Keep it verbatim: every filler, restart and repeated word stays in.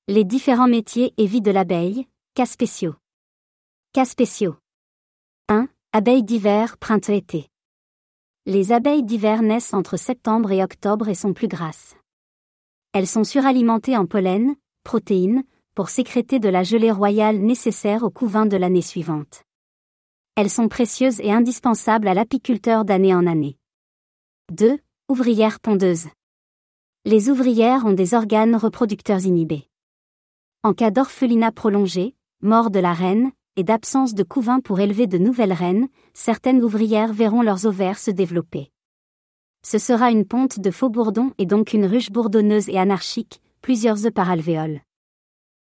Les différents métiers et vies de l'abeille, cas spéciaux. Cas spéciaux. un. Abeilles d'hiver, printemps-été. Les abeilles d'hiver naissent entre septembre et octobre et sont plus grasses. Elles sont suralimentées en pollen, protéines, pour sécréter de la gelée royale nécessaire au couvain de l'année suivante. Elles sont précieuses et indispensables à l'apiculteur d'année en année. deux. Ouvrières pondeuses. Les ouvrières ont des organes reproducteurs inhibés. En cas d'orphelinat prolongé, mort de la reine, et d'absence de couvain pour élever de nouvelles reines, certaines ouvrières verront leurs ovaires se développer. Ce sera une ponte de faux bourdon et donc une ruche bourdonneuse et anarchique, plusieurs œufs par alvéole.